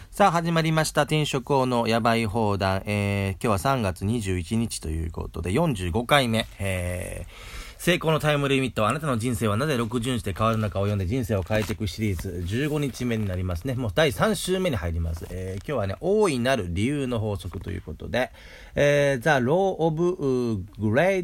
さあ始まりました転職王のやばい放談、今日は3月21日ということで45回目、成功のタイムリミット、あなたの人生はなぜ60日で変わるのかを読んで人生を変えていくシリーズ15日目になりますね。もう第3週目に入ります。今日はね、大いなる理由の法則ということで、The Law of Great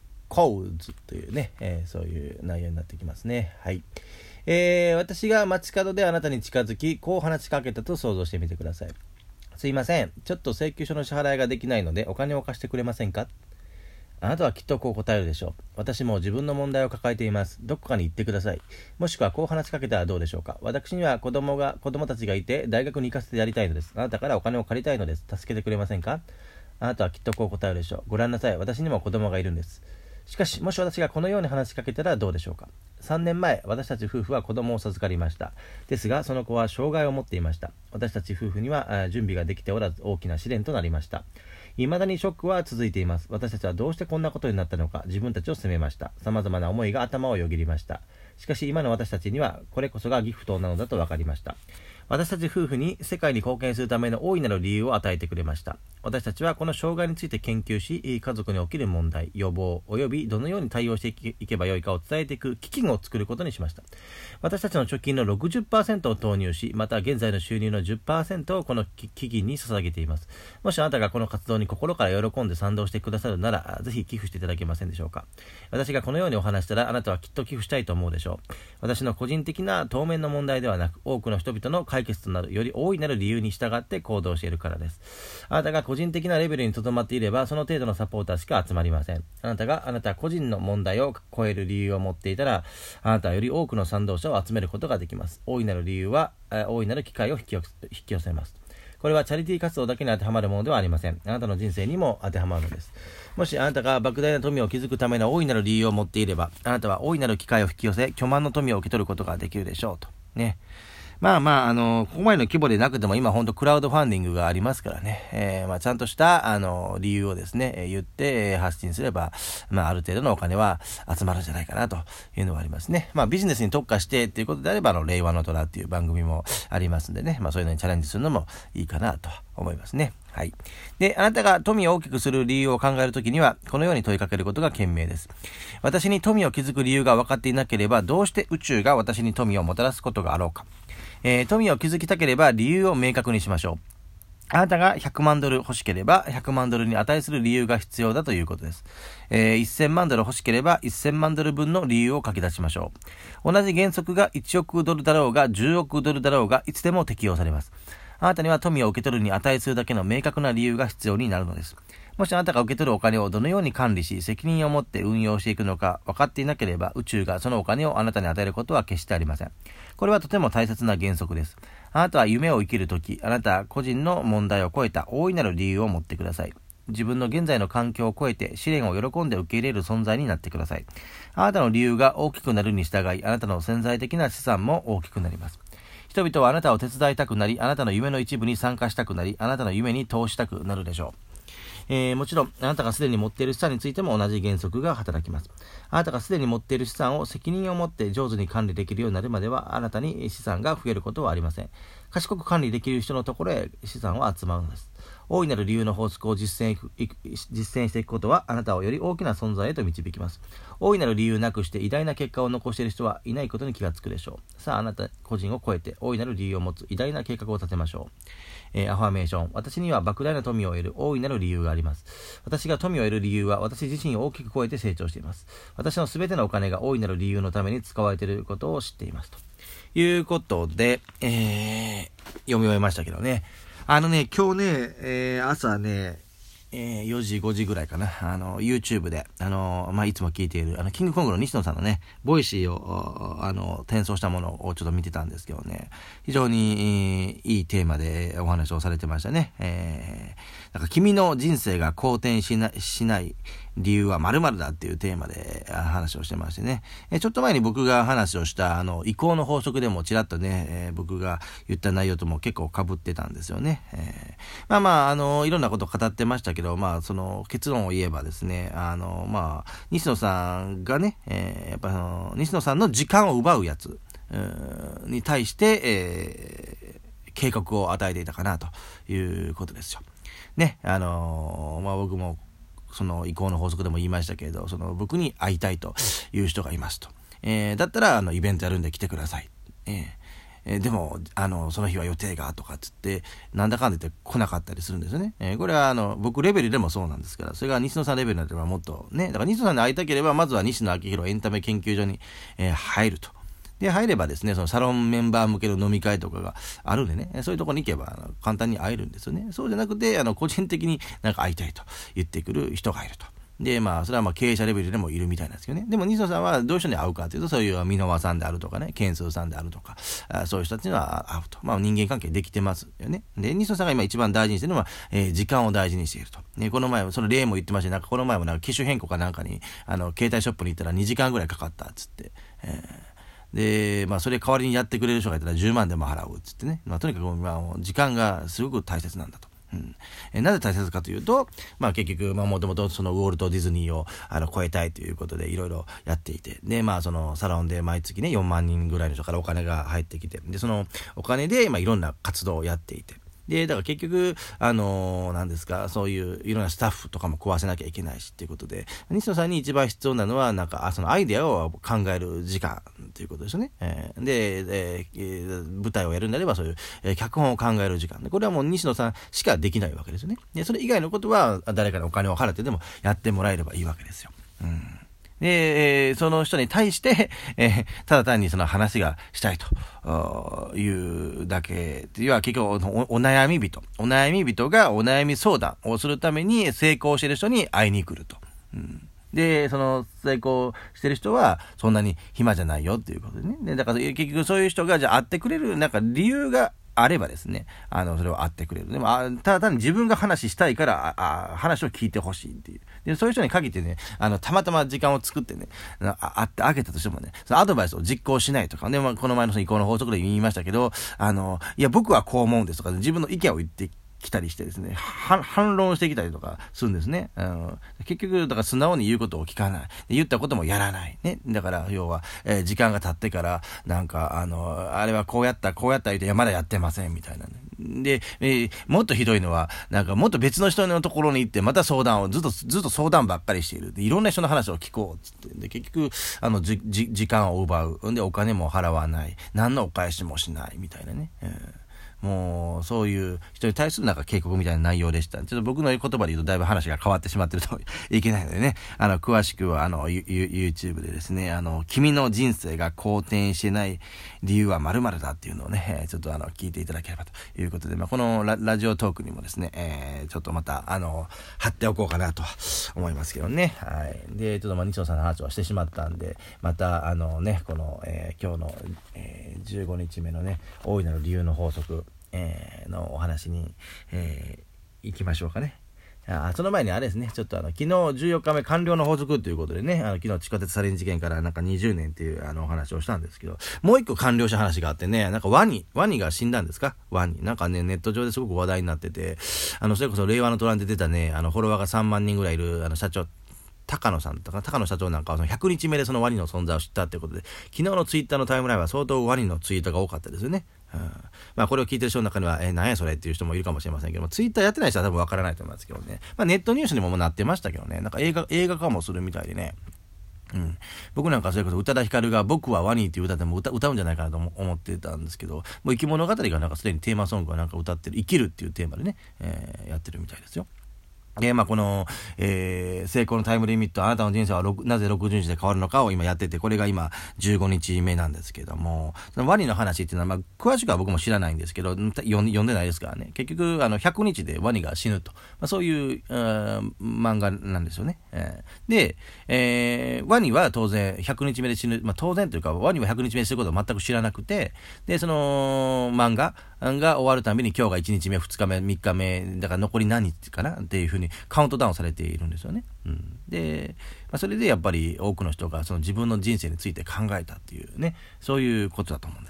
Cause というね、そういう内容になってきますね。はい。私が街角であなたに近づき、こう話しかけたと想像してみてください。すいません、ちょっと請求書の支払いができないのでお金を貸してくれませんか？あなたはきっとこう答えるでしょう。私も自分の問題を抱えています。どこかに行ってください。もしくはこう話しかけたらどうでしょうか。私には子供たちがいて大学に行かせてやりたいのです。あなたからお金を借りたいのです。助けてくれませんか？あなたはきっとこう答えるでしょう。ご覧なさい。私にも子供がいるんです。しかし、もし私がこのように話しかけたらどうでしょうか。3年前、私たち夫婦は子供を授かりました。ですが、その子は障害を持っていました。私たち夫婦には準備ができておらず大きな試練となりました。未だにショックは続いています。私たちはどうしてこんなことになったのか、自分たちを責めました。様々な思いが頭をよぎりました。しかし今の私たちにはこれこそがギフトなのだと分かりました。私たち夫婦に世界に貢献するための大いなる理由を与えてくれました。私たちはこの障害について研究し、家族に起きる問題、予防、およびどのように対応していけばよいかを伝えていく基金を作ることにしました。私たちの貯金の 60% を投入し、また現在の収入の 10% をこの基金に捧げています。もしあなたがこの活動に心から喜んで賛同してくださるなら、ぜひ寄付していただけませんでしょうか。私がこのようにお話したら、あなたはきっと寄付したいと思うでしょう。私の個人的な当面の問題ではなく、多くの人々の解決となるより大いなる理由に従って行動しているからです。あなたが個人的なレベルにとどまっていれば、その程度のサポーターしか集まりません。あなた個人の問題を超える理由を持っていたら、あなたはより多くの賛同者を集めることができます。大いなる理由は、大いなる機会を引き寄せます。これはチャリティー活動だけに当てはまるものではありません。あなたの人生にも当てはまるのです。もしあなたが莫大な富を築くための大いなる理由を持っていれば、あなたは大いなる機会を引き寄せ、巨万の富を受け取ることができるでしょうと。ね。ここまでの規模でなくても今本当クラウドファンディングがありますからね。ちゃんとした理由をですね、言って発信すれば、ある程度のお金は集まるんじゃないかなというのはありますね。ビジネスに特化してっていうことであれば、令和の虎っていう番組もありますんでね。そういうのにチャレンジするのもいいかなと思いますね。はい。で、あなたが富を大きくする理由を考えるときには、このように問いかけることが賢明です。私に富を築く理由が分かっていなければ、どうして宇宙が私に富をもたらすことがあろうか。富を築きたければ理由を明確にしましょう。あなたが100万ドル欲しければ100万ドルに値する理由が必要だということです。1000万ドル欲しければ1000万ドル分の理由を書き出しましょう。同じ原則が1億ドルだろうが10億ドルだろうがいつでも適用されます。あなたには富を受け取るに値するだけの明確な理由が必要になるのです。もしあなたが受け取るお金をどのように管理し責任を持って運用していくのか分かっていなければ宇宙がそのお金をあなたに与えることは決してありません。これはとても大切な原則です。あなたは夢を生きるとき、あなた個人の問題を超えた大いなる理由を持ってください。自分の現在の環境を超えて試練を喜んで受け入れる存在になってください。あなたの理由が大きくなるに従い、あなたの潜在的な資産も大きくなります。人々はあなたを手伝いたくなり、あなたの夢の一部に参加したくなり、あなたの夢に投資したくなるでしょう。もちろん、あなたがすでに持っている資産についても同じ原則が働きます。あなたがすでに持っている資産を責任を持って上手に管理できるようになるまでは、あなたに資産が増えることはありません。賢く管理できる人のところへ資産は集まるのです。大いなる理由の法則を実践していくことは、あなたをより大きな存在へと導きます。大いなる理由なくして偉大な結果を残している人はいないことに気がつくでしょう。さあ、あなた個人を超えて大いなる理由を持つ偉大な計画を立てましょう。アファメーション。私には莫大な富を得る大いなる理由があります。私が富を得る理由は私自身を大きく超えて成長しています。私のすべてのお金が大いなる理由のために使われていることを知っています。ということで、読み終えましたけどね。今日ね、朝ね、4時5時ぐらいかな、YouTube でいつも聞いているキングコングの西野さんのねボイシーを転送したものをちょっと見てたんですけどね、非常にいいテーマでお話をされてましたね。なんか君の人生が好転しない理由は〇〇だっていうテーマで話をしてましてね、ちょっと前に僕が話をした移行の法則でもちらっとね、僕が言った内容とも結構被ってたんですよね。いろんなことを語ってましたけど、その結論を言えばですね、西野さんがね、やっぱ西野さんの時間を奪うやつに対して、 警告を与えていたかなということですよ。ね、僕もその移行の法則でも言いましたけれど、その僕に会いたいという人がいますと。だったらイベントやるんで来てください。でもその日は予定がとかつってなんだかんだ言って来なかったりするんですよね。これは僕レベルでもそうなんですから、それが西野さんレベルになってればもっとね、だから西野さんに会いたければまずは西野昭弘エンタメ研究所に、入ると。で入ればですね、そのサロンメンバー向けの飲み会とかがあるんでね、そういうところに行けば簡単に会えるんですよね。そうじゃなくて個人的になんか会いたいと言ってくる人がいると。でそれは経営者レベルでもいるみたいなんですけどね。でも西野さんはどういう人に会うかというと、そういう箕輪さんであるとかね、ケンスーさんであるとか、そういう人たちには会うと。人間関係できてますよね。で西野さんが今一番大事にしているのは、時間を大事にしていると。この前もその例も言ってましたね。この前も機種変更かなんかに携帯ショップに行ったら2時間ぐらいかかったっつって、でそれ代わりにやってくれる人がいたら10万でも払うっつってね。とにかく時間がすごく大切なんだと。なぜ大切かというと、結局もともとそのウォルト・ディズニーを超えたいということでいろいろやっていて、でそのサロンで毎月ね4万人ぐらいの人からお金が入ってきて、でそのお金でいろんな活動をやっていて、でだから結局何ですか、そういういろんなスタッフとかも壊せなきゃいけないしっていうことで、西野さんに一番必要なのはそのアイデアを考える時間ということですよね。で、舞台をやるんであればそういう、脚本を考える時間で、これはもう西野さんしかできないわけですよね。でそれ以外のことは誰かにお金を払ってでもやってもらえればいいわけですよ。で、その人に対して、ただ単にその話がしたいというだけでは、結局お悩み人がお悩み相談をするために成功している人に会いに来ると。で、その成功してる人はそんなに暇じゃないよっていうことでね。で、だから結局そういう人がじゃあ会ってくれる理由があればですね、それを会ってくれる。でもただ単に自分が話したいから話を聞いてほしいっていう。でそういう人に限ってね、たまたま時間を作ってね、会ってあげたとしてもね、そのアドバイスを実行しないとか、でこの前のその移行の法則で言いましたけど、いや僕はこう思うんですとか、自分の意見を言って来たりしてですね、反論してきたりとかするんですね。結局だから素直に言うことを聞かない、言ったこともやらないね。だから要は、時間が経ってからあれはこうやった言って、いやまだやってませんみたいなね。で、もっとひどいのはもっと別の人のところに行ってまた相談をずっと相談ばっかりしている。でいろんな人の話を聞こうっつって、で結局時間を奪う。でお金も払わない、何のお返しもしないみたいなね。もうそういう人に対する警告みたいな内容でした。ちょっと僕の言葉で言うとだいぶ話が変わってしまってるといけないのでね、詳しくはYouTube でですね、君の人生が好転してない理由は〇〇だっていうのをね、ちょっと聞いていただければということで、このラジオトークにもですね、ちょっとまた貼っておこうかなと思いますけどね。はい。でちょっと西野さんの話はしてしまったんで、またこの、今日の、15日目のね、大いなる理由の法則のお話に、行きましょうかね。その前にあれですね、ちょっと昨日14日目完了の法則ということでね、昨日地下鉄サリン事件から20年っていうお話をしたんですけど、もう一個完了した話があってね、ワニが死んだんですか？ワニ。ネット上ですごく話題になってて、それこそ令和の虎で出たね、フォロワーが3万人ぐらいいる社長、高野社長なんかは100日目でそのワニの存在を知ったということで、昨日のツイッターのタイムラインは相当ワニのツイートが多かったですよね。これを聞いてる人の中には何やそれっていう人もいるかもしれませんけども、ツイッターやってない人は多分わからないと思いますけどね。ネットニュースにもなってましたけどね、映画化もするみたいでね。僕なんかそれこそ宇多田ヒカルが僕はワニっていう歌でも歌うんじゃないかなと思ってたんですけど、もう生き物語がすでにテーマソングは歌ってる、生きるっていうテーマでね、やってるみたいですよ。でこの、成功のタイムリミット、あなたの人生はなぜ60日で変わるのかを今やってて、これが今15日目なんですけども、そのワニの話っていうのは、詳しくは僕も知らないんですけど、読んでないですからね。結局100日でワニが死ぬと、そういう、漫画なんですよね。で、ワニは当然100日目で死ぬ、当然というかワニは100日目で死ぬことを全く知らなくて、でその漫画が終わるたびに今日が1日目2日目3日目だから残り何日かなっていうふうにカウントダウンされているんですよね。で、それでやっぱり多くの人がその自分の人生について考えたっていうね、そういうことだと思うんですよ。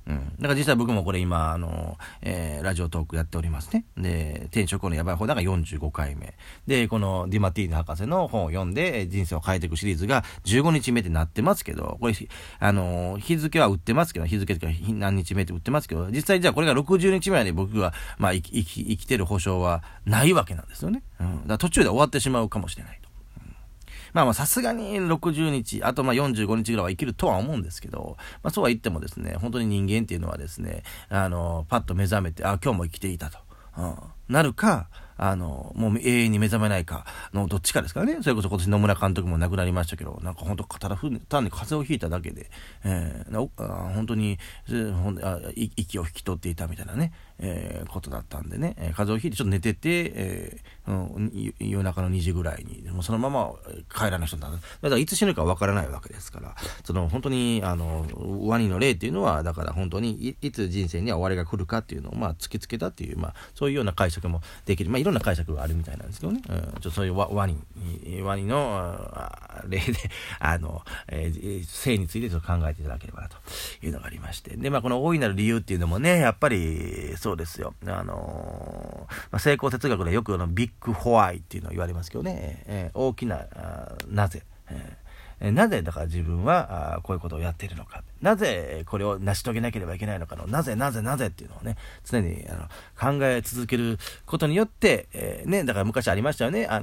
だから実際僕もこれ今、ラジオトークやっておりますね。で、天職のやばい方だが45回目。で、このディマティーヌ博士の本を読んで人生を変えていくシリーズが15日目ってなってますけど、これ、日付は売ってますけど、日付とか何日目って売ってますけど、実際じゃあこれが60日目まで僕が、生きてる保証はないわけなんですよね。だから途中で終わってしまうかもしれないと。さすがに60日、あと45日ぐらいは生きるとは思うんですけど、そうは言ってもですね、本当に人間っていうのはですね、パッと目覚めて、今日も生きていたと、なるか、もう永遠に目覚めないかのどっちかですからね。それこそ今年野村監督も亡くなりましたけど、なんか本当単に風邪をひいただけで、本当に息を引き取っていたみたいなね、ことだったんでね、風邪をひいてちょっと寝てて、夜中の2時ぐらいにもうそのまま帰らない人だからいつ死ぬかわからないわけですから、本当にワニの霊っていうのはだから本当にいつ人生には終わりが来るかっていうのを突きつけたっていう、そういうような解釈もできる。いろんな解釈があるみたいなんですけどね。そういうワニの例で性についてちょっと考えていただければなというのがありまして、でこの大いなる理由っていうのもね、やっぱりそうですよ。成功哲学でよくビッグホワイっていうのを言われますけどね、大きななぜ、なぜだから自分はこういうことをやっているのか、なぜこれを成し遂げなければいけないのかのなぜっていうのをね、常に考え続けることによって、だから昔ありましたよね、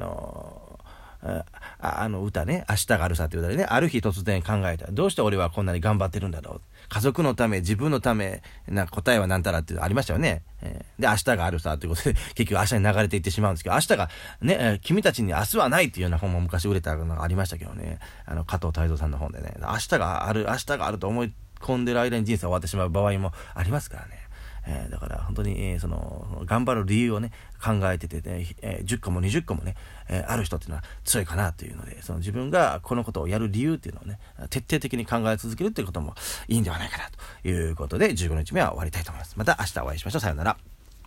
歌ね、明日があるさっていう歌でね、ある日突然考えた。どうして俺はこんなに頑張ってるんだろう。家族のため、自分のため、答えは何たらっていうのありましたよね。で、明日があるさということで、結局明日に流れていってしまうんですけど、明日がね、君たちに明日はないっていうような本も昔売れたのがありましたけどね。加藤泰造さんの本でね、明日があると思い込んでる間に人生終わってしまう場合もありますからね。だから本当に、頑張る理由をね考えてて、10個も20個もね、ある人っていうのは強いかなというので、自分がこのことをやる理由っていうのをね徹底的に考え続けるっていうこともいいんではないかなということで、15日目は終わりたいと思います。また明日お会いしましょう。さようなら。